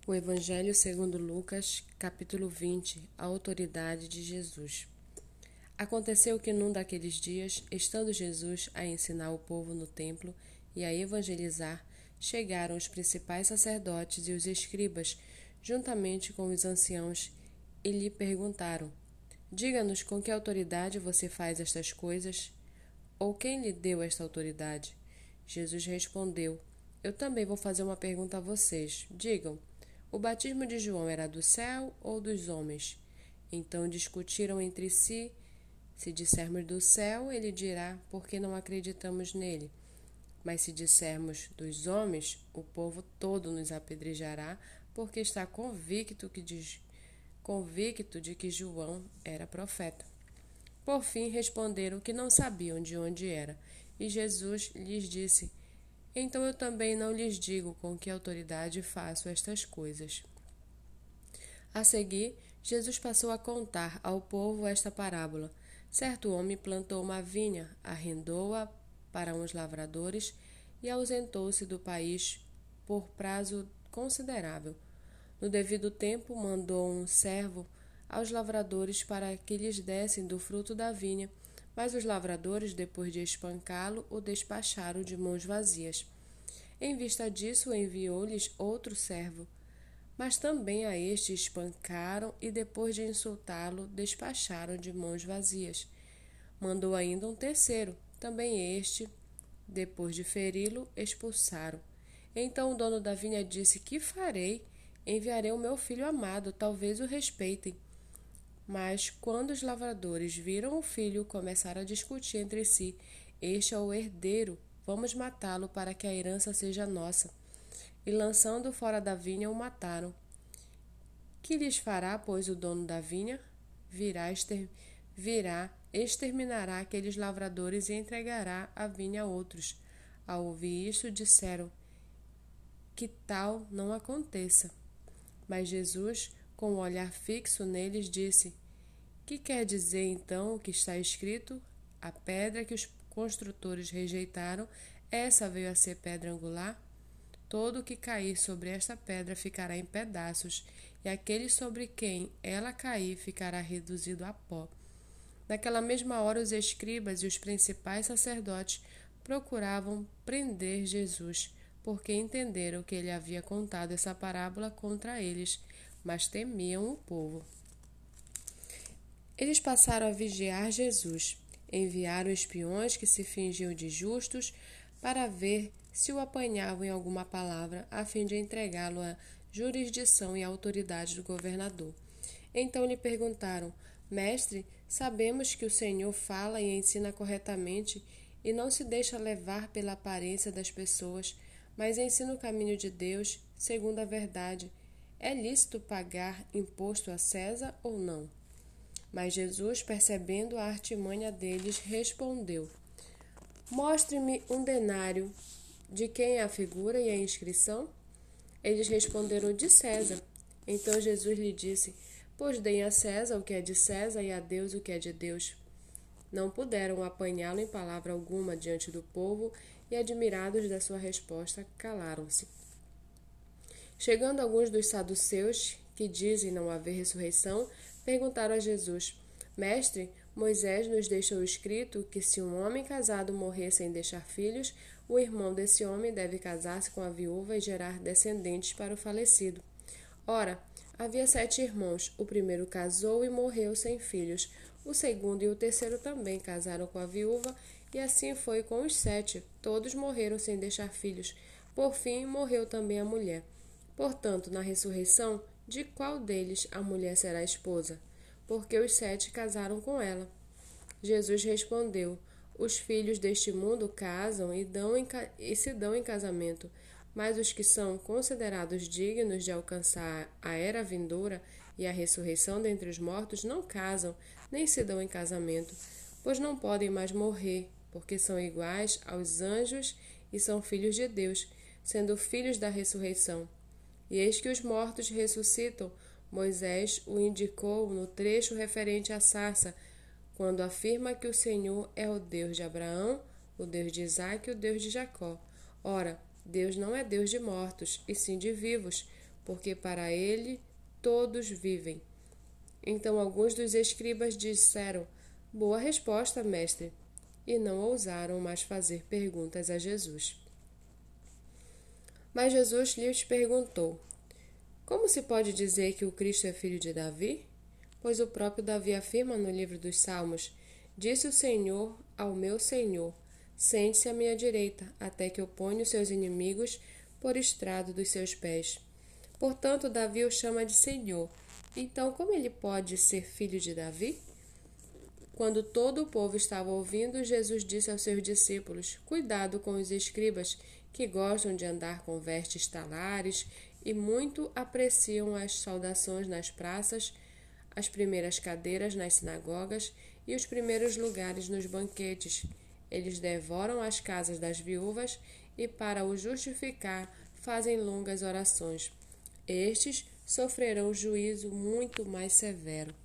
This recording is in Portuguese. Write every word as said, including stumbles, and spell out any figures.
O Evangelho segundo Lucas, capítulo vinte, a autoridade de Jesus. Aconteceu que num daqueles dias, estando Jesus a ensinar o povo no templo e a evangelizar, chegaram os principais sacerdotes e os escribas, juntamente com os anciãos, e lhe perguntaram: Diga-nos com que autoridade você faz estas coisas? Ou quem lhe deu esta autoridade? Jesus respondeu: Eu também vou fazer uma pergunta a vocês. Digam: o batismo de João era do céu ou dos homens? Então discutiram entre si. Se dissermos do céu, ele dirá, porque não acreditamos nele. Mas se dissermos dos homens, o povo todo nos apedrejará, porque está convicto, que de, convicto de que João era profeta. Por fim responderam que não sabiam de onde era. E Jesus lhes disse: Então eu também não lhes digo com que autoridade faço estas coisas. A seguir, Jesus passou a contar ao povo esta parábola. Certo homem plantou uma vinha, arrendou-a para uns lavradores e ausentou-se do país por prazo considerável. No devido tempo, mandou um servo aos lavradores para que lhes dessem do fruto da vinha, mas os lavradores, depois de espancá-lo, o despacharam de mãos vazias. Em vista disso, enviou-lhes outro servo. Mas também a este espancaram e, depois de insultá-lo, despacharam de mãos vazias. Mandou ainda um terceiro. Também este, depois de feri-lo, expulsaram. Então o dono da vinha disse: Que farei? Enviarei o meu filho amado, talvez o respeitem. Mas, quando os lavradores viram o filho, começaram a discutir entre si: Este é o herdeiro, vamos matá-lo para que a herança seja nossa. E, lançando-o fora da vinha, o mataram. Que lhes fará, pois, o dono da vinha? Virá, exter... Virá, exterminará aqueles lavradores e entregará a vinha a outros. Ao ouvir isto, disseram: Que tal não aconteça. Mas Jesus, com o olhar fixo neles, disse: Que quer dizer então o que está escrito? A pedra que os construtores rejeitaram, essa veio a ser pedra angular? Todo o que cair sobre esta pedra ficará em pedaços, e aquele sobre quem ela cair ficará reduzido a pó. Naquela mesma hora, os escribas e os principais sacerdotes procuravam prender Jesus, porque entenderam que ele havia contado essa parábola contra eles, mas temiam o povo. Eles passaram a vigiar Jesus. Enviaram espiões que se fingiam de justos para ver se o apanhavam em alguma palavra, a fim de entregá-lo à jurisdição e autoridade do governador. Então lhe perguntaram: Mestre, sabemos que o Senhor fala e ensina corretamente e não se deixa levar pela aparência das pessoas, mas ensina o caminho de Deus segundo a verdade. É lícito pagar imposto a César ou não? Mas Jesus, percebendo a artimanha deles, respondeu: Mostre-me um denário. De quem é a figura e a inscrição? Eles responderam: De César. Então Jesus lhe disse: Pois deem a César o que é de César e a Deus o que é de Deus. Não puderam apanhá-lo em palavra alguma diante do povo e, admirados da sua resposta, calaram-se. Chegando alguns dos saduceus, que dizem não haver ressurreição, perguntaram a Jesus: Mestre, Moisés nos deixou escrito que se um homem casado morrer sem deixar filhos, o irmão desse homem deve casar-se com a viúva e gerar descendentes para o falecido. Ora, havia sete irmãos. O primeiro casou e morreu sem filhos. O segundo e o terceiro também casaram com a viúva, e assim foi com os sete. Todos morreram sem deixar filhos. Por fim, morreu também a mulher. Portanto, na ressurreição, de qual deles a mulher será esposa? Porque os sete casaram com ela. Jesus respondeu: Os filhos deste mundo casam e, dão em, e se dão em casamento, mas os que são considerados dignos de alcançar a era vindoura e a ressurreição dentre os mortos não casam, nem se dão em casamento, pois não podem mais morrer, porque são iguais aos anjos e são filhos de Deus, sendo filhos da ressurreição. E eis que os mortos ressuscitam. Moisés o indicou no trecho referente à sarça, quando afirma que o Senhor é o Deus de Abraão, o Deus de Isaque e o Deus de Jacó. Ora, Deus não é Deus de mortos, e sim de vivos, porque para ele todos vivem. Então alguns dos escribas disseram: Boa resposta, mestre, e não ousaram mais fazer perguntas a Jesus. Mas Jesus lhes perguntou: Como se pode dizer que o Cristo é filho de Davi? Pois o próprio Davi afirma no livro dos Salmos: Disse o Senhor ao meu Senhor: Sente-se à minha direita, até que eu ponha os seus inimigos por estrado dos seus pés. Portanto, Davi o chama de Senhor. Então, como ele pode ser filho de Davi? Quando todo o povo estava ouvindo, Jesus disse aos seus discípulos: Cuidado com os escribas, que gostam de andar com vestes talares e muito apreciam as saudações nas praças, as primeiras cadeiras nas sinagogas e os primeiros lugares nos banquetes. Eles devoram as casas das viúvas e, para o justificar, fazem longas orações. Estes sofrerão juízo muito mais severo.